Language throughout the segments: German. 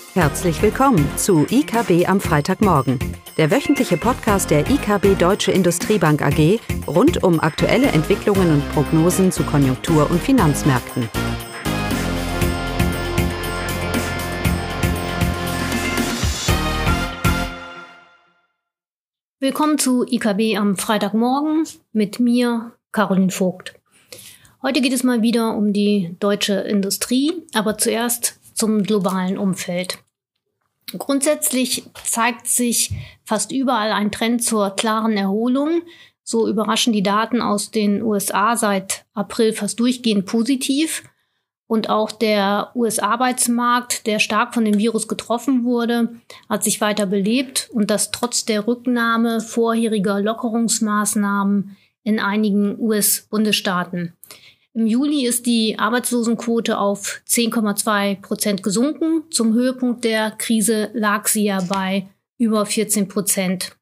Herzlich willkommen zu IKB am Freitagmorgen, der wöchentliche Podcast der IKB Deutsche Industriebank AG rund um aktuelle Entwicklungen und Prognosen zu Konjunktur- und Finanzmärkten. Willkommen zu IKB am Freitagmorgen mit mir, Caroline Vogt. Heute geht es mal wieder um die deutsche Industrie, aber zuerst zum globalen Umfeld. Grundsätzlich zeigt sich fast überall ein Trend zur klaren Erholung. So überraschen die Daten aus den USA seit April fast durchgehend positiv. Und auch der US-Arbeitsmarkt, der stark von dem Virus getroffen wurde, hat sich weiter belebt und das trotz der Rücknahme vorheriger Lockerungsmaßnahmen in einigen US-Bundesstaaten. Im Juli ist die Arbeitslosenquote auf 10,2% gesunken. Zum Höhepunkt der Krise lag sie ja bei über 14%.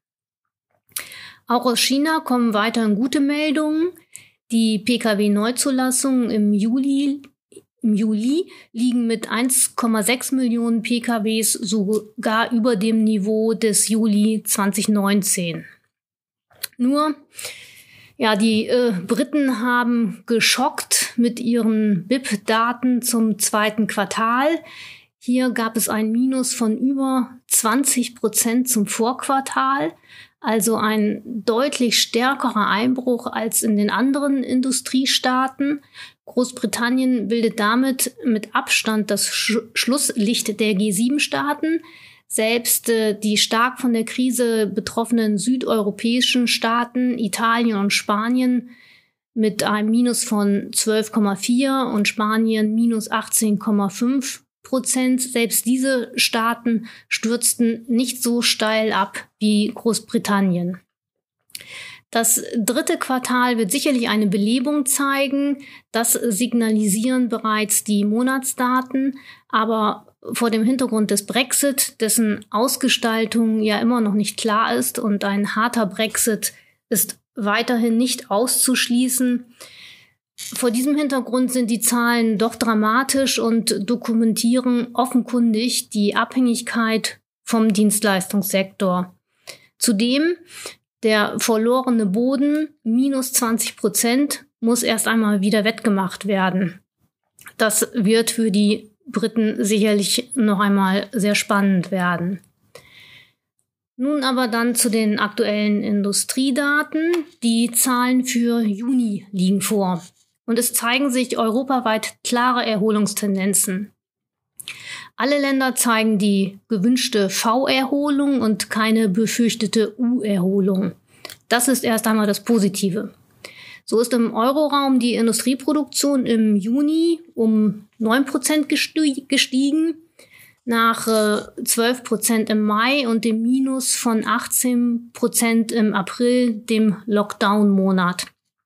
Auch aus China kommen weiterhin gute Meldungen. Die Pkw-Neuzulassungen im Juli liegen mit 1,6 Millionen Pkws sogar über dem Niveau des Juli 2019. Nur, die Briten haben geschockt mit ihren BIP-Daten zum zweiten Quartal. Hier gab es ein Minus von über 20% zum Vorquartal, also ein deutlich stärkerer Einbruch als in den anderen Industriestaaten. Großbritannien bildet damit mit Abstand das Schlusslicht der G7-Staaten. Selbst die stark von der Krise betroffenen südeuropäischen Staaten, Italien und Spanien, mit einem Minus von 12,4 und Spanien minus 18,5%. Selbst diese Staaten stürzten nicht so steil ab wie Großbritannien. Das dritte Quartal wird sicherlich eine Belebung zeigen. Das signalisieren bereits die Monatsdaten. Aber vor dem Hintergrund des Brexit, dessen Ausgestaltung ja immer noch nicht klar ist und ein harter Brexit ist weiterhin nicht auszuschließen. Vor diesem Hintergrund sind die Zahlen doch dramatisch und dokumentieren offenkundig die Abhängigkeit vom Dienstleistungssektor. Zudem der verlorene Boden, minus 20%, muss erst einmal wieder wettgemacht werden. Das wird für die Briten sicherlich noch einmal sehr spannend werden. Nun aber dann zu den aktuellen Industriedaten. Die Zahlen für Juni liegen vor. Und es zeigen sich europaweit klare Erholungstendenzen. Alle Länder zeigen die gewünschte V-Erholung und keine befürchtete U-Erholung. Das ist erst einmal das Positive. So ist im Euroraum die Industrieproduktion im Juni um 9% gestiegen, nach 12% im Mai und dem Minus von 18% im April, dem Lockdown-Monat.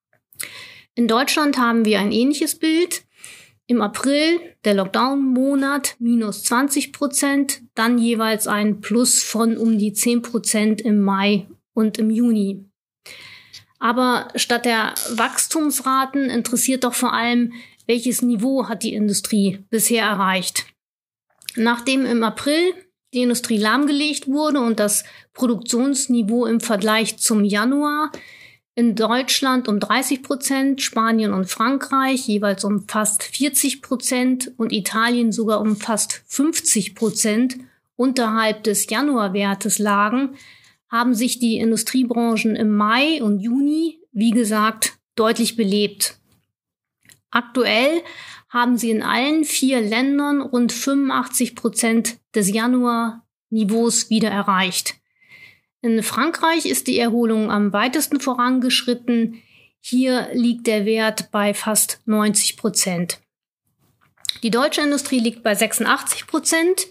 In Deutschland haben wir ein ähnliches Bild. Im April, der Lockdown-Monat, minus 20%, dann jeweils ein Plus von um die 10% im Mai und im Juni. Aber statt der Wachstumsraten interessiert doch vor allem, welches Niveau hat die Industrie bisher erreicht. Nachdem im April die Industrie lahmgelegt wurde und das Produktionsniveau im Vergleich zum Januar in Deutschland um 30%, Spanien und Frankreich jeweils um fast 40% und Italien sogar um fast 50% unterhalb des Januarwertes lagen, haben sich die Industriebranchen im Mai und Juni, wie gesagt, deutlich belebt. Aktuell haben sie in allen 4 Ländern rund 85% des Januarniveaus wieder erreicht. In Frankreich ist die Erholung am weitesten vorangeschritten. Hier liegt der Wert bei fast 90%. Die deutsche Industrie liegt bei 86%.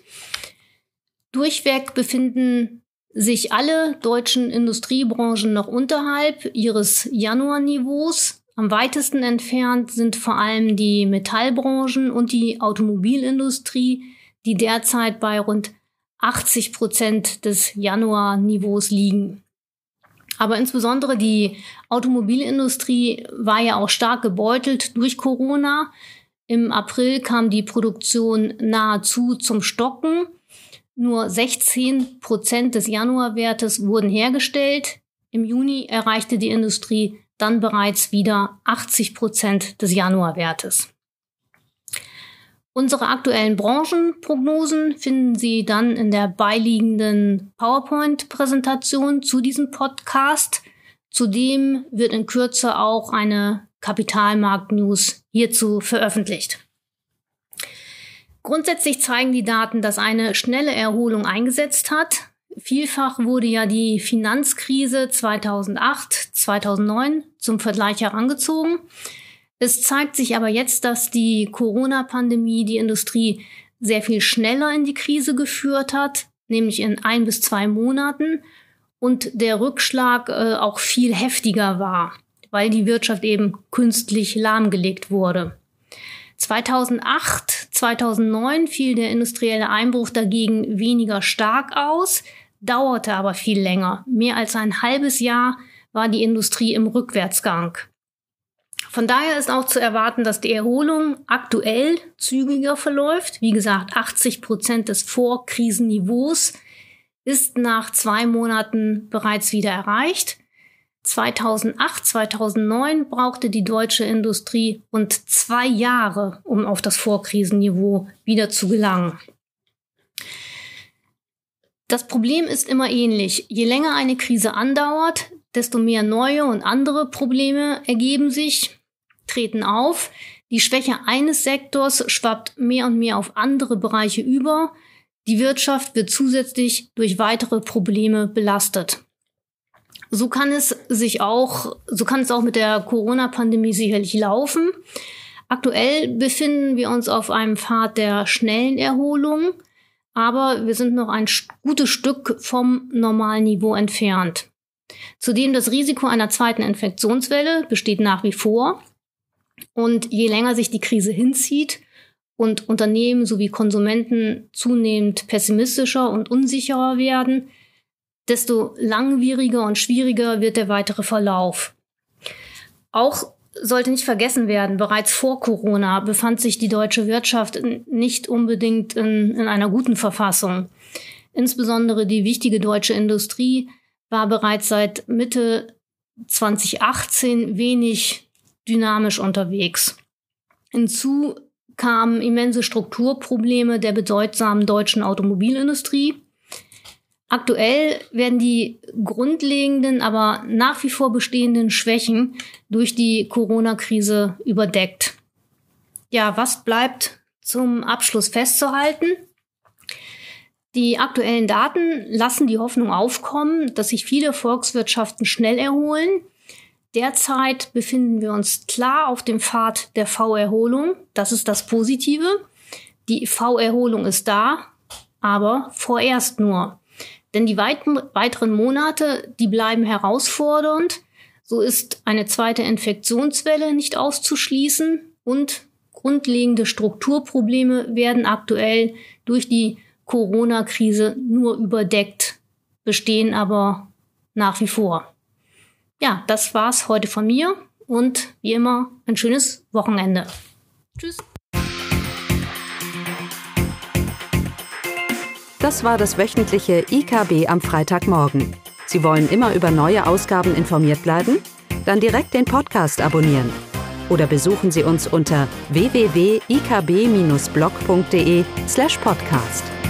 Durchweg befinden sich alle deutschen Industriebranchen noch unterhalb ihres Januarniveaus. Am weitesten entfernt sind vor allem die Metallbranchen und die Automobilindustrie, die derzeit bei rund 80% des Januarniveaus liegen. Aber insbesondere die Automobilindustrie war ja auch stark gebeutelt durch Corona. Im April kam die Produktion nahezu zum Stocken. Nur 16% des Januarwertes wurden hergestellt. Im Juni erreichte die Industrie dann bereits wieder 80% des Januarwertes. Unsere aktuellen Branchenprognosen finden Sie dann in der beiliegenden PowerPoint-Präsentation zu diesem Podcast. Zudem wird in Kürze auch eine Kapitalmarkt-News hierzu veröffentlicht. Grundsätzlich zeigen die Daten, dass eine schnelle Erholung eingesetzt hat. Vielfach wurde ja die Finanzkrise 2008, 2009 zum Vergleich herangezogen. Es zeigt sich aber jetzt, dass die Corona-Pandemie die Industrie sehr viel schneller in die Krise geführt hat, nämlich in 1 bis 2 Monaten, und der Rückschlag auch viel heftiger war, weil die Wirtschaft eben künstlich lahmgelegt wurde. 2008, 2009 fiel der industrielle Einbruch dagegen weniger stark aus, dauerte aber viel länger. Mehr als ein halbes Jahr war die Industrie im Rückwärtsgang. Von daher ist auch zu erwarten, dass die Erholung aktuell zügiger verläuft. Wie gesagt, 80% des Vorkrisenniveaus ist nach 2 Monaten bereits wieder erreicht. 2008, 2009 brauchte die deutsche Industrie rund 2 Jahre, um auf das Vorkrisenniveau wieder zu gelangen. Das Problem ist immer ähnlich. Je länger eine Krise andauert, desto mehr neue und andere Probleme ergeben sich, treten auf. Die Schwäche eines Sektors schwappt mehr und mehr auf andere Bereiche über. Die Wirtschaft wird zusätzlich durch weitere Probleme belastet. So kann es auch mit der Corona-Pandemie sicherlich laufen. Aktuell befinden wir uns auf einem Pfad der schnellen Erholung, aber wir sind noch ein gutes Stück vom normalen Niveau entfernt. Zudem das Risiko einer zweiten Infektionswelle besteht nach wie vor. Und je länger sich die Krise hinzieht und Unternehmen sowie Konsumenten zunehmend pessimistischer und unsicherer werden, desto langwieriger und schwieriger wird der weitere Verlauf. Auch sollte nicht vergessen werden, bereits vor Corona befand sich die deutsche Wirtschaft nicht unbedingt in einer guten Verfassung. Insbesondere die wichtige deutsche Industrie war bereits seit Mitte 2018 wenig dynamisch unterwegs. Hinzu kamen immense Strukturprobleme der bedeutsamen deutschen Automobilindustrie. Aktuell werden die grundlegenden, aber nach wie vor bestehenden Schwächen durch die Corona-Krise überdeckt. Ja, was bleibt zum Abschluss festzuhalten? Die aktuellen Daten lassen die Hoffnung aufkommen, dass sich viele Volkswirtschaften schnell erholen. Derzeit befinden wir uns klar auf dem Pfad der V-Erholung. Das ist das Positive. Die V-Erholung ist da, aber vorerst nur. Denn die weiteren Monate, die bleiben herausfordernd. So ist eine zweite Infektionswelle nicht auszuschließen und grundlegende Strukturprobleme werden aktuell durch die Corona-Krise nur überdeckt, bestehen aber nach wie vor. Ja, das war's heute von mir und wie immer ein schönes Wochenende. Tschüss. Das war das wöchentliche IKB am Freitagmorgen. Sie wollen immer über neue Ausgaben informiert bleiben? Dann direkt den Podcast abonnieren. Oder besuchen Sie uns unter www.ikb-blog.de/podcast.